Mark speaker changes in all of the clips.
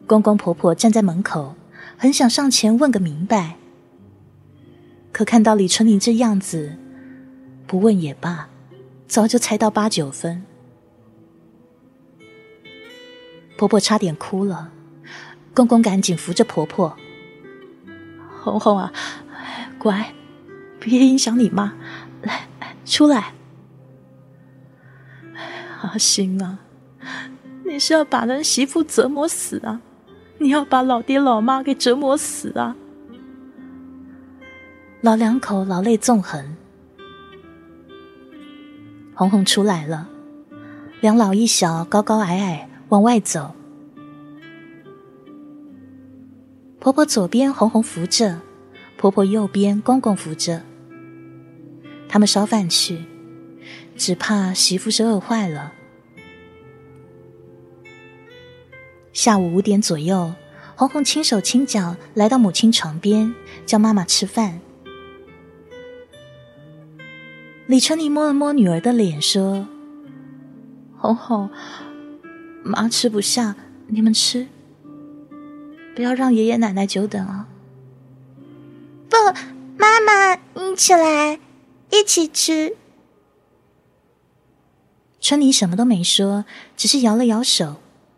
Speaker 1: 公公婆婆站在门口，很想上前问个明白，可看到李春妮这样子，不问也罢，早就猜到8、9分。婆婆差点哭了，公公赶紧扶着婆婆：“红红啊，乖，别影响你妈，来，出来。”阿星啊，你是要把人媳妇折磨死啊？你要把老爹老妈给折磨死啊？老两口老泪纵横。红红出来了，两老一小高高矮矮往外走。婆婆左边红红扶着，婆婆右边公公扶着。他们烧饭去，只怕媳妇是饿坏了。下午5点左右，红红轻手轻脚来到母亲床边，叫妈妈吃饭。李春妮摸了摸女儿的脸，说：“红红，妈吃不下，你们吃，不要让爷爷奶奶久等啊。”“
Speaker 2: 不，妈妈，你起来，一起吃。”
Speaker 1: 春妮什么都没说，只是摇了摇手。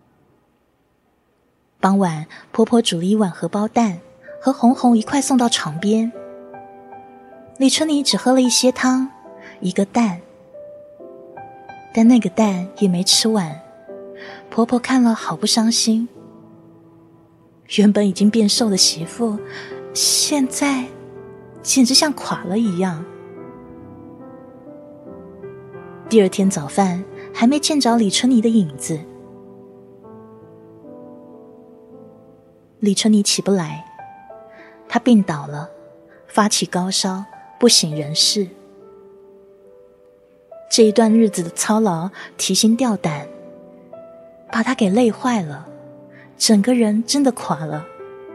Speaker 1: 傍晚，婆婆煮了1碗荷包蛋，和红红一块送到床边。李春妮只喝了一些汤，1个蛋，但那个蛋也没吃完。婆婆看了好不伤心。原本已经变瘦的媳妇，现在简直像垮了一样。第2天早饭还没见着李春妮的影子。李春妮起不来，她病倒了，发起高烧，不省人事。这一段日子的操劳，提心吊胆，把她给累坏了，整个人真的垮了。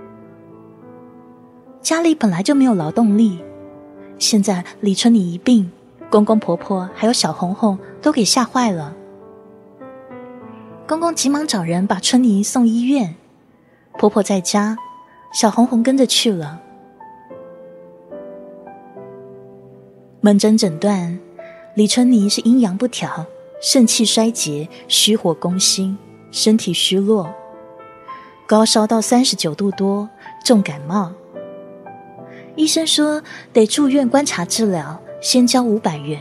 Speaker 1: 家里本来就没有劳动力，现在李春妮一病，公公婆婆还有小红红都给吓坏了。公公急忙找人把春妮送医院，婆婆在家，小红红跟着去了。门诊诊断，李春妮是阴阳不调，肾气衰竭，虚火攻心，身体虚弱，高烧到39度多，重感冒。医生说得住院观察治疗，先交500元。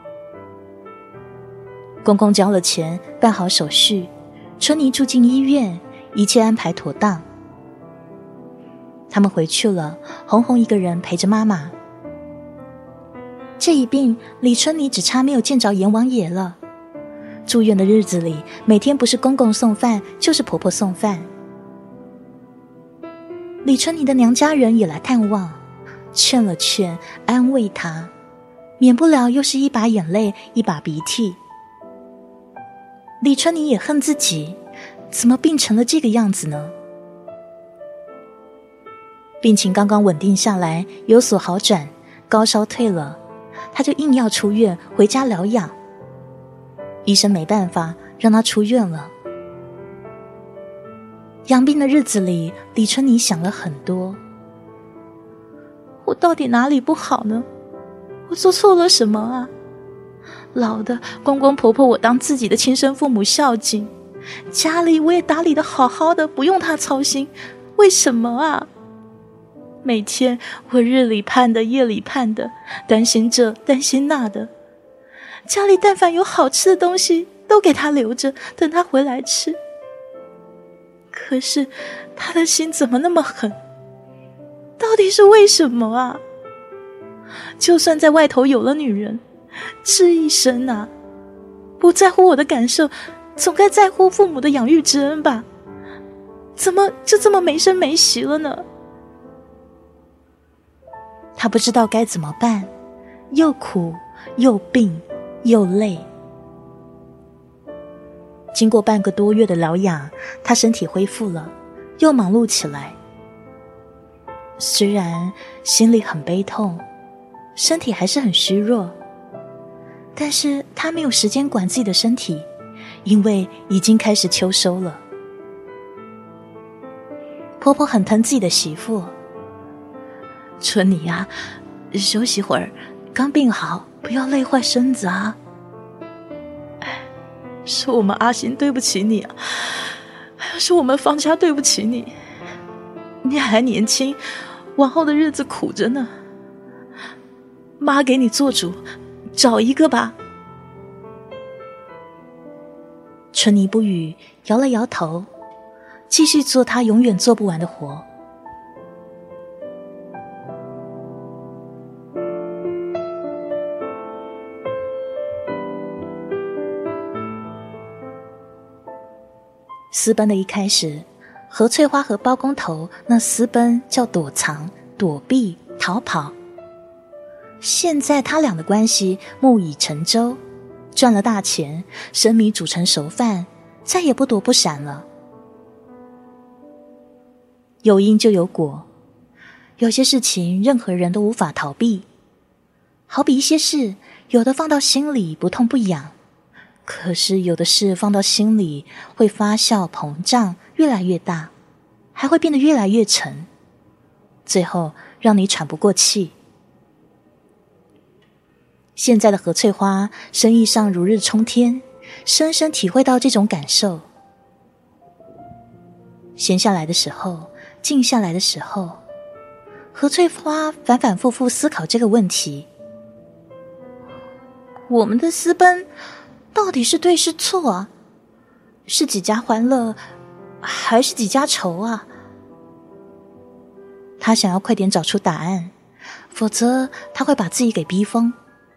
Speaker 1: 公公交了钱，办好手续，春妮住进医院，一切安排妥当。他们回去了，红红一个人陪着妈妈。这一病，李春妮只差没有见着阎王爷了。住院的日子里，每天不是公公送饭，就是婆婆送饭。李春妮的娘家人也来探望，劝了劝，安慰她，免不了又是一把眼泪，一把鼻涕。李春妮也恨自己，怎么病成了这个样子呢？病情刚刚稳定下来，有所好转，高烧退了，她就硬要出院回家疗养。医生没办法，让她出院了。养病的日子里，李春妮想了很多。我到底哪里不好呢？我做错了什么啊？老的公公婆婆我当自己的亲生父母孝敬，家里我也打理得好好的，不用他操心，为什么啊？每天我日里盼的夜里盼的，担心这担心那的，家里但凡有好吃的东西都给他留着，等他回来吃。可是他的心怎么那么狠？到底是为什么啊？就算在外头有了女人，这一生啊，不在乎我的感受，总该在乎父母的养育之恩吧？怎么就这么没声没息了呢？他不知道该怎么办，又苦又病又累。经过半个多月的疗养，他身体恢复了，又忙碌起来。虽然心里很悲痛，身体还是很虚弱，但是他没有时间管自己的身体，因为已经开始秋收了。 婆婆很疼自己的媳妇。春妮啊，休息会儿，刚病好，不要累坏身子啊。是我们阿星对不起你啊，是我们方家对不起你。你还年轻，往后的日子苦着呢。妈给你做主，找一个吧。春妮不语，摇了摇头，继续做她永远做不完的活。私奔的一开始，何翠花和包工头那私奔叫躲藏、躲避、逃跑。现在他俩的关系木已成舟，赚了大钱，生米煮成熟饭，再也不躲不闪了。有因就有果，有些事情任何人都无法逃避。好比一些事，有的放到心里不痛不痒，可是有的事放到心里会发酵膨胀，越来越大，还会变得越来越沉，最后让你喘不过气。现在的何翠花生意上如日冲天，深深体会到这种感受。闲下来的时候，静下来的时候，何翠花反反复复思考这个问题：我们的私奔到底是对是错啊？是几家欢乐，还是几家愁啊？他想要快点找出答案，否则他会把自己给逼疯。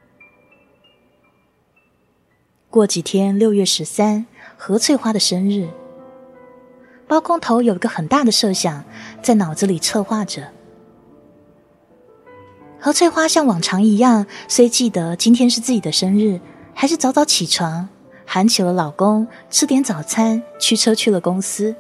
Speaker 1: 过几天6月13，何翠花的生日。包工头有一个很大的设想，在脑子里策划着。何翠花像往常一样，虽记得今天是自己的生日，还是早早起床，喊起了老公，吃点早餐，驱车去了公司。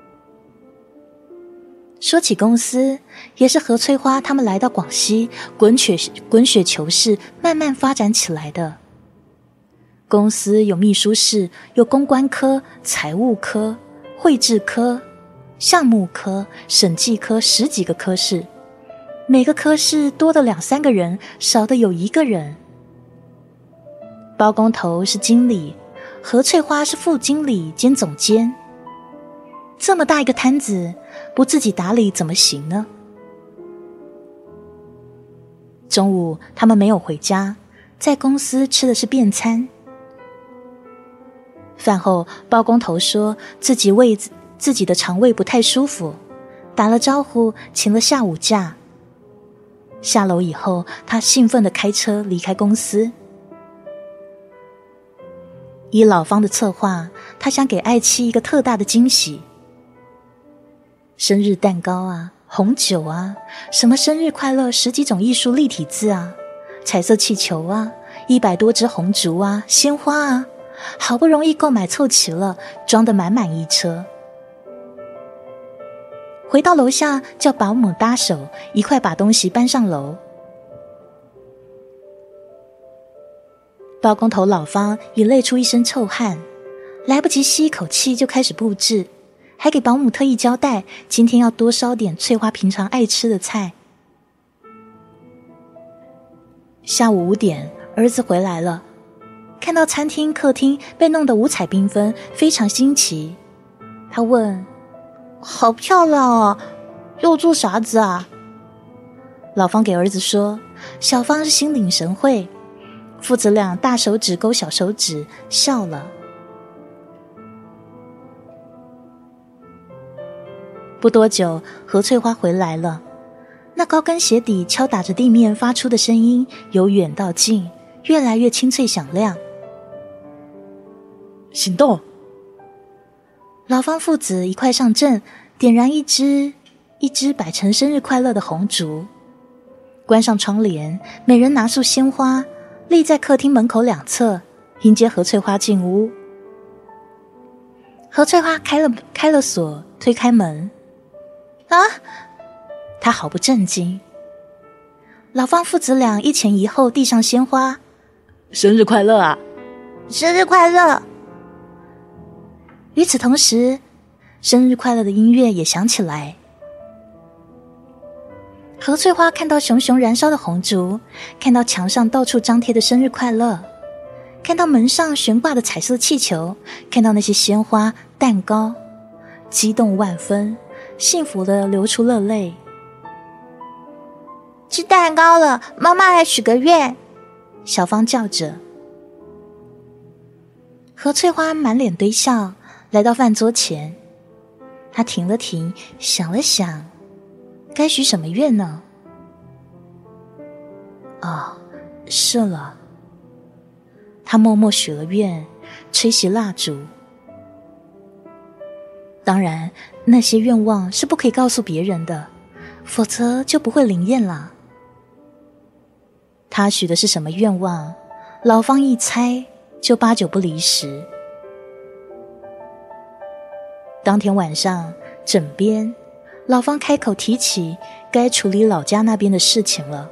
Speaker 1: 说起公司，也是何翠花他们来到广西滚雪球式慢慢发展起来的。公司有秘书室，有公关科、财务科、绘制科、项目科、审计科10几个科室，每个科室多的2-3个人，少的有1个人。包工头是经理，何翠花是副经理兼总监。这么大一个摊子，不自己打理怎么行呢？中午他们没有回家，在公司吃的是便餐。饭后，包工头说自己的肠胃不太舒服，打了招呼，请了下午假。下楼以后，他兴奋地开车离开公司。依老方的策划，他想给爱妻一个特大的惊喜。生日蛋糕啊，红酒啊，什么生日快乐10几种艺术立体字啊，彩色气球啊，100多只红烛啊，鲜花啊，好不容易购买凑齐了，装得满满一车。回到楼下，叫保姆搭手，一块把东西搬上楼。包工头老方已累出一身臭汗，来不及吸一口气就开始布置，还给保姆特意交代，今天要多烧点翠花平常爱吃的菜。下午5点，儿子回来了，看到餐厅客厅被弄得五彩缤纷，非常新奇。他问：好漂亮啊，又做啥子啊？老方给儿子说，小方是心领神会，父子俩大手指勾小手指，笑了。不多久，何翠花回来了，那高跟鞋底敲打着地面发出的声音由远到近，越来越清脆响亮。行动！老方父子一块上阵，点燃一支摆成生日快乐的红烛，关上窗帘，每人拿束鲜花，立在客厅门口2侧，迎接何翠花进屋。何翠花开了锁，推开门。啊！她毫不震惊。老方父子俩一前一后递上鲜花。生日快乐啊！
Speaker 2: 生日快乐！
Speaker 1: 与此同时，生日快乐的音乐也响起来。 何翠花看到熊熊燃烧的红烛，看到墙上到处张贴的生日快乐，看到门上悬挂的彩色气球，看到那些鲜花蛋糕，激动万分，幸福地流出了泪。
Speaker 2: 吃蛋糕了，妈妈来许个愿。
Speaker 1: 小芳叫着。何翠花满脸堆笑，来到饭桌前，她停了停，想了想，该许什么愿呢？是了，她默默许了愿，吹熄蜡烛。当然，那些愿望是不可以告诉别人的，否则就不会灵验了。她许的是什么愿望，老方一猜就8、9不离10。当天晚上，枕边老方开口提起该处理老家那边的事情了。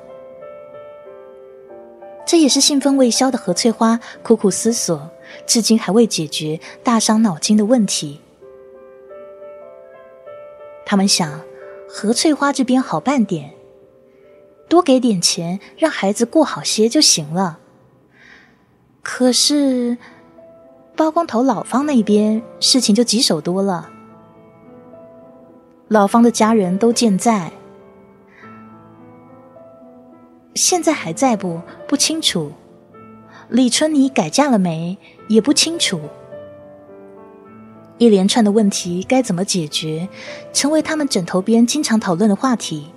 Speaker 1: 这也是兴奋未消的何翠花苦苦思索，至今还未解决大伤脑筋的问题。他们想，何翠花这边好办点，多给点钱，让孩子过好些就行了。可是包工头老方那边事情就棘手多了。老方的家人都健在，现在还在不清楚。李春妮改嫁了没也不清楚。一连串的问题该怎么解决，成为他们枕头边经常讨论的话题。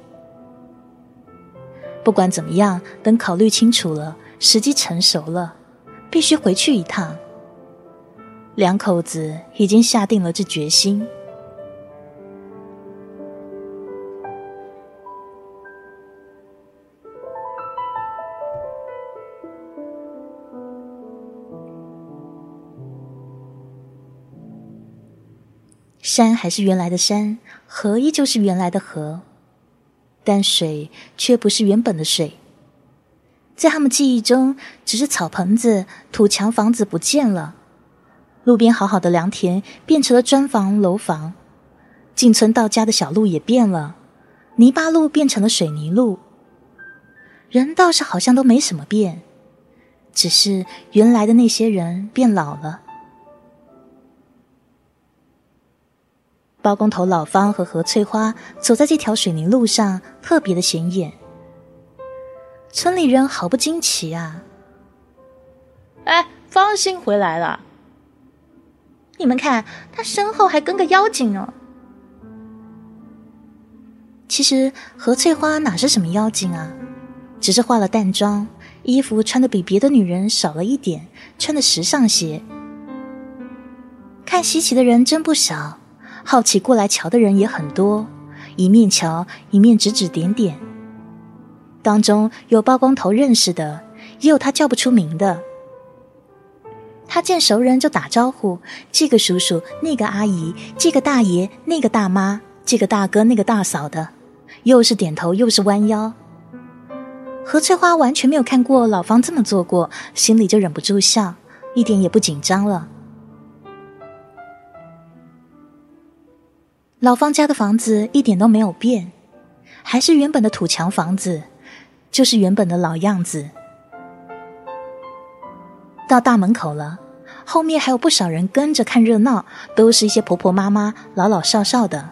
Speaker 1: 不管怎么样，等考虑清楚了，时机成熟了，必须回去一趟。两口子已经下定了这决心。山还是原来的山，河依旧是原来的河，但水却不是原本的水。在他们记忆中，只是草棚子、土墙房子不见了，路边好好的良田变成了砖房、楼房，进村到家的小路也变了，泥巴路变成了水泥路。人倒是好像都没什么变，只是原来的那些人变老了。包工头老方和何翠花走在这条水泥路上，特别的显眼。村里人毫不惊奇啊。
Speaker 3: 方心回来了。
Speaker 2: 你们看，他身后还跟个妖精呢。
Speaker 1: 其实何翠花哪是什么妖精啊，只是化了淡妆，衣服穿得比别的女人少了一点，穿得时尚些。看稀奇的人真不少，好奇过来瞧的人也很多，一面瞧一面指指点点。当中有包工头认识的，也有他叫不出名的。他见熟人就打招呼，这个叔叔那个阿姨，这个大爷那个大妈，这个大哥那个大嫂的，又是点头又是弯腰。何翠花完全没有看过老方这么做过，心里就忍不住笑，一点也不紧张了。老方家的房子一点都没有变，还是原本的土墙房子，就是原本的老样子。到大门口了，后面还有不少人跟着看热闹，都是一些婆婆妈妈，老老少少的。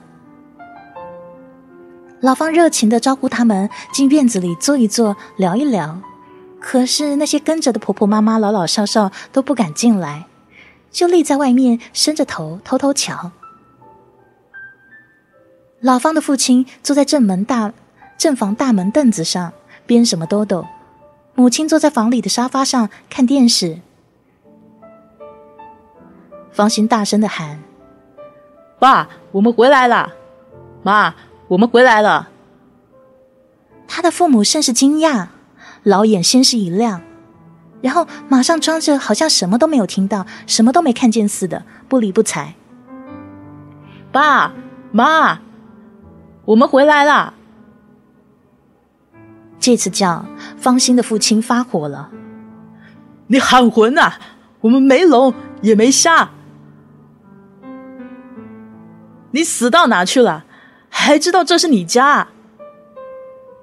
Speaker 1: 老方热情地招呼他们进院子里坐一坐，聊一聊。可是那些跟着的婆婆妈妈，老老少少都不敢进来，就立在外面伸着头偷偷瞧。老方的父亲坐在正房大门凳子上编什么兜兜，母亲坐在房里的沙发上看电视。方心大声地喊：
Speaker 3: 爸，我们回来了！妈，我们回来了！
Speaker 1: 他的父母甚是惊讶，老眼先是一亮，然后马上装着好像什么都没有听到，什么都没看见似的，不理不睬。
Speaker 3: 爸妈，我们回来了！
Speaker 1: 这次叫方心的父亲发火了：
Speaker 3: 你喊混啊！我们没龙也没虾，你死到哪去了？还知道这是你家？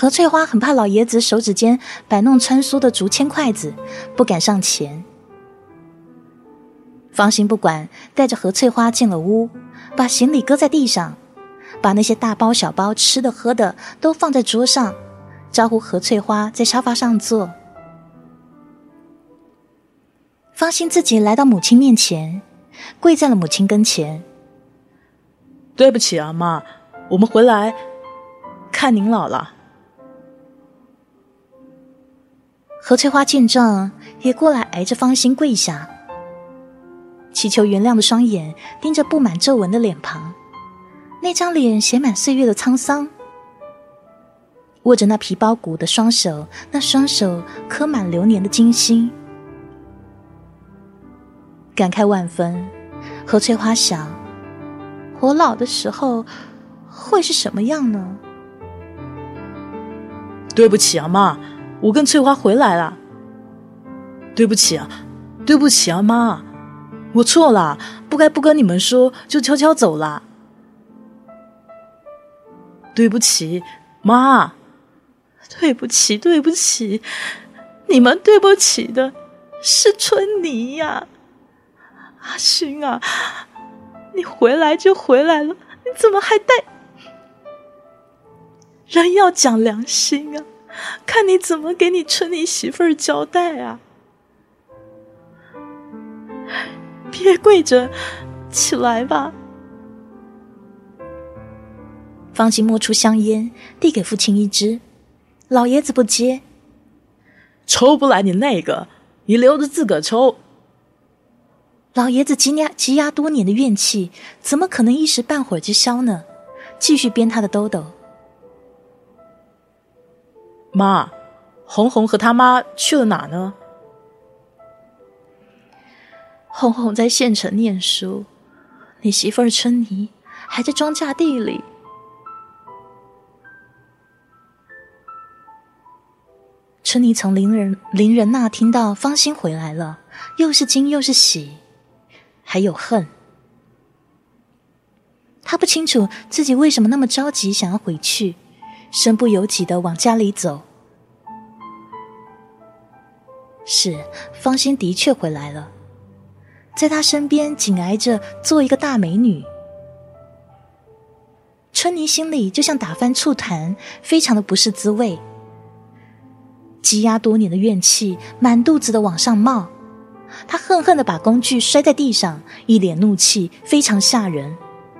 Speaker 1: 何翠花很怕老爷子手指间摆弄穿梭的竹签筷子，不敢上前。方心不管，带着何翠花进了屋，把行李搁在地上，把那些大包小包吃的喝的都放在桌上，招呼何翠花在沙发上坐。方心自己来到母亲面前，跪在了母亲跟前。
Speaker 3: 对不起啊，妈，我们回来看您老了。
Speaker 1: 何翠花见状也过来挨着方心跪下，祈求原谅的双眼盯着布满皱纹的脸庞，那张脸写满岁月的沧桑。握着那皮包骨的双手，那双手刻满流年的精心。感慨万分，何翠花想，我老的时候会是什么样呢？
Speaker 3: 对不起啊，妈，我跟翠花回来了。对不起啊，对不起啊，妈，我错了，不该不跟你们说，就悄悄走了。对不起，妈，对不起，对不起，你们对不起的是春妮呀。阿勋啊，你回来就回来了，你怎么还带？人要讲良心啊，看你怎么给你春妮媳妇儿交代啊。别跪着，起来吧。
Speaker 1: 方心摸出香烟，递给父亲一支，老爷子不接。
Speaker 3: 抽不来你那个，你留着自个抽。
Speaker 1: 老爷子积压多年的怨气，怎么可能一时半会儿就消呢？继续编他的兜兜。
Speaker 3: 妈，红红和他妈去了哪呢？
Speaker 1: 红红在县城念书，你媳妇儿春妮还在庄稼地里。春妮从邻人那听到方心回来了，又是惊又是喜，还有恨。他不清楚自己为什么那么着急想要回去，身不由己地往家里走。是，方心的确回来了，在他身边紧挨着坐一个大美女。春妮心里就像打翻醋坛，非常的不是滋味。积压多年的怨气满肚子的往上冒，他恨恨地把工具摔在地上，一脸怒气，非常吓人。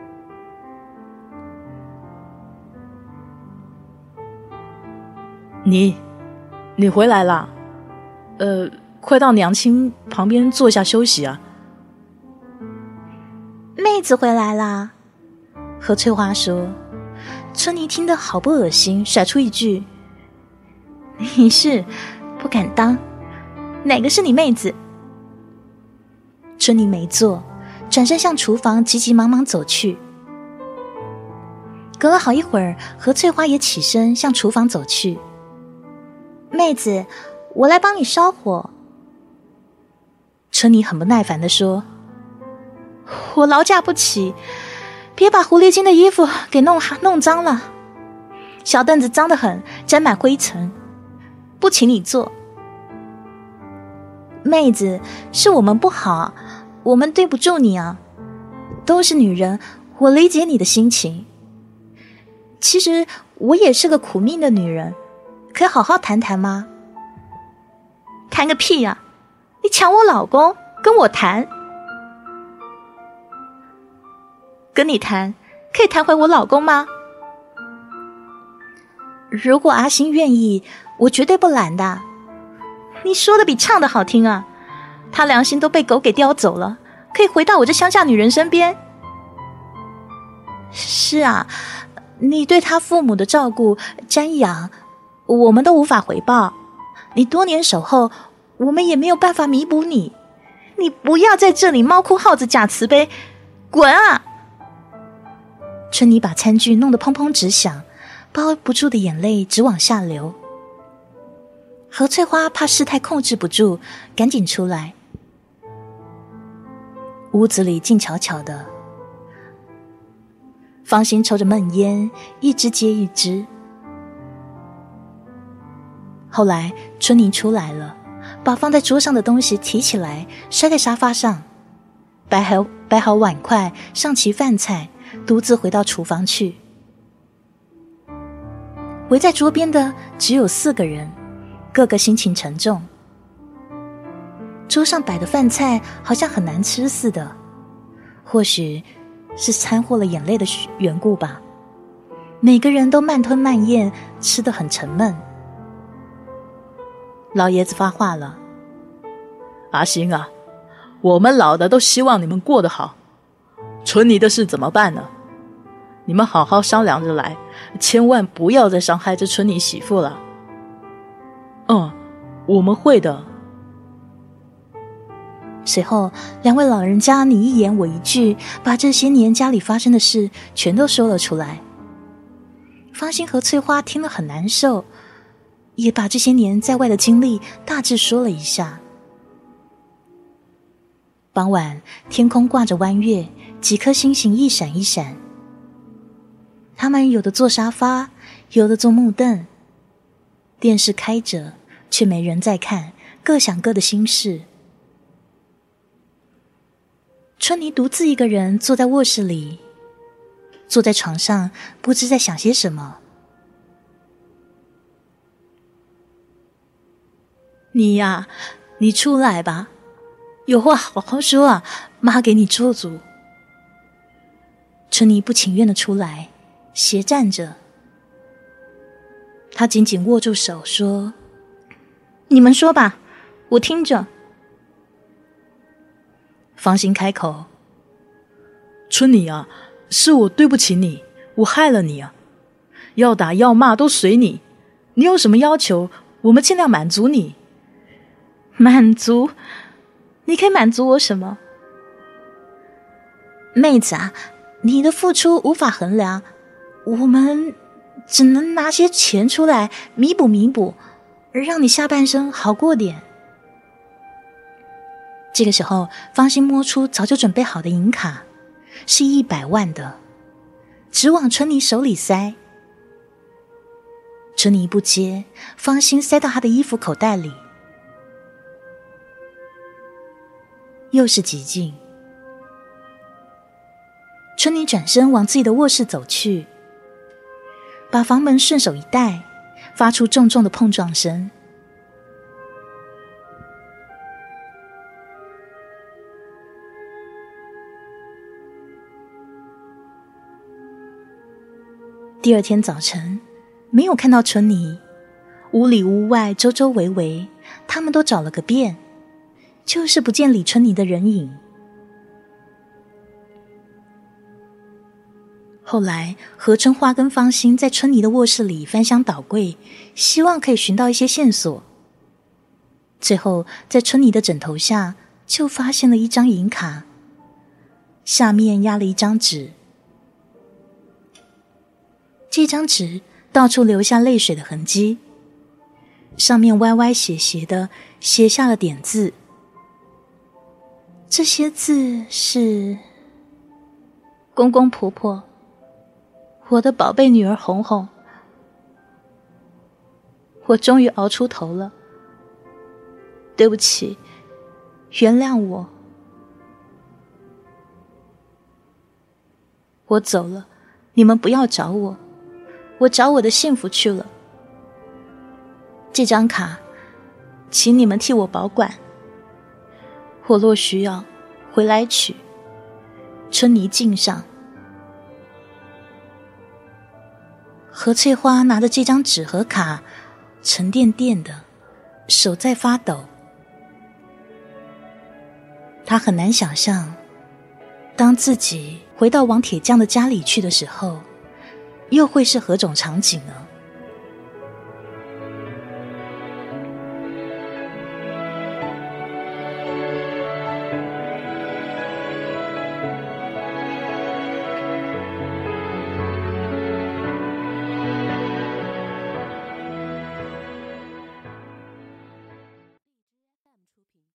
Speaker 3: 你回来啦？快到娘亲旁边坐下休息啊。
Speaker 2: 妹子回来啦。
Speaker 1: 何翠花说。春妮听得好不恶心，甩出一句：你是不敢当，哪个是你妹子？春妮没做，转身向厨房急急忙忙走去。隔了好一会儿，何翠花也起身向厨房走去。
Speaker 2: 妹子，我来帮你烧火。
Speaker 1: 春妮很不耐烦地说：我劳驾不起，别把狐狸精的衣服给弄脏了，小凳子脏得很，沾满灰尘，不请你坐。妹子，是我们不好，我们对不住你啊，都是女人，我理解你的心情。其实我也是个苦命的女人，可以好好谈谈吗？谈个屁啊，你抢我老公跟我谈，跟你谈可以谈回我老公吗？如果阿星愿意，我绝对不拦的。你说的比唱的好听啊，他良心都被狗给叼走了，可以回到我这乡下女人身边。是啊，你对他父母的照顾瞻仰，我们都无法回报，你多年守候，我们也没有办法弥补你。你不要在这里猫哭耗子假慈悲，滚啊！春妮把餐具弄得砰砰直响，包不住的眼泪直往下流。何翠花怕事态控制不住，赶紧出来。屋子里静悄悄的，方心抽着闷烟，一支接一支。 后来春妮出来了，把放在桌上的东西提起来摔在沙发上，摆好碗筷，上齐饭菜，独自回到厨房去。围在桌边的只有4个人，个个心情沉重。桌上摆的饭菜好像很难吃似的，或许是掺和了眼泪的缘故吧，每个人都慢吞慢咽，吃得很沉闷。老爷子发话了：
Speaker 3: 阿星啊，我们老的都希望你们过得好，春妮的事怎么办呢？你们好好商量着来，千万不要再伤害这春妮媳妇了。我们会的。
Speaker 1: 随后2位老人家你一言我一句，把这些年家里发生的事全都说了出来。芳心和翠花听了很难受，也把这些年在外的经历大致说了一下。傍晚，天空挂着弯月，几颗星星一闪一闪。他们有的坐沙发，有的坐木凳，电视开着，却没人在看，各想各的心事。春妮独自一个人坐在卧室里，坐在床上，不知在想些什么。
Speaker 3: 你呀，你出来吧，有话好好说啊，妈给你做主。
Speaker 1: 春妮不情愿地出来，斜站着。她紧紧握住手说：你们说吧，我听着。
Speaker 3: 芳心开口：春妮啊，是我对不起你，我害了你啊，要打要骂都随你，你有什么要求，我们尽量满足你。
Speaker 1: 满足？你可以满足我什么？妹子啊，你的付出无法衡量，我们只能拿些钱出来弥补，让你下半生好过点。这个时候，芳心摸出早就准备好的银卡，是100万的，直往春妮手里塞。春妮不接，芳心塞到她的衣服口袋里。又是寂静。春妮转身往自己的卧室走去，把房门顺手一带，发出重重的碰撞声。第二天早晨，没有看到春妮，屋里屋外周周围围，他们都找了个遍，就是不见李春妮的人影。后来何春花跟芳心在春妮的卧室里翻箱倒柜，希望可以寻到一些线索。最后在春妮的枕头下就发现了一张银卡，下面压了一张纸。这张纸到处留下泪水的痕迹，上面歪歪斜斜的写下了点字。这些字是：公公婆婆，我的宝贝女儿红红，我终于熬出头了，对不起，原谅我，我走了，你们不要找我，我找我的幸福去了。这张卡，请你们替我保管，我若需要，回来取。春妮敬上。何翠花拿着这张纸和卡，沉甸甸的，手在发抖。她很难想象，当自己回到王铁匠的家里去的时候，又会是何种场景呢？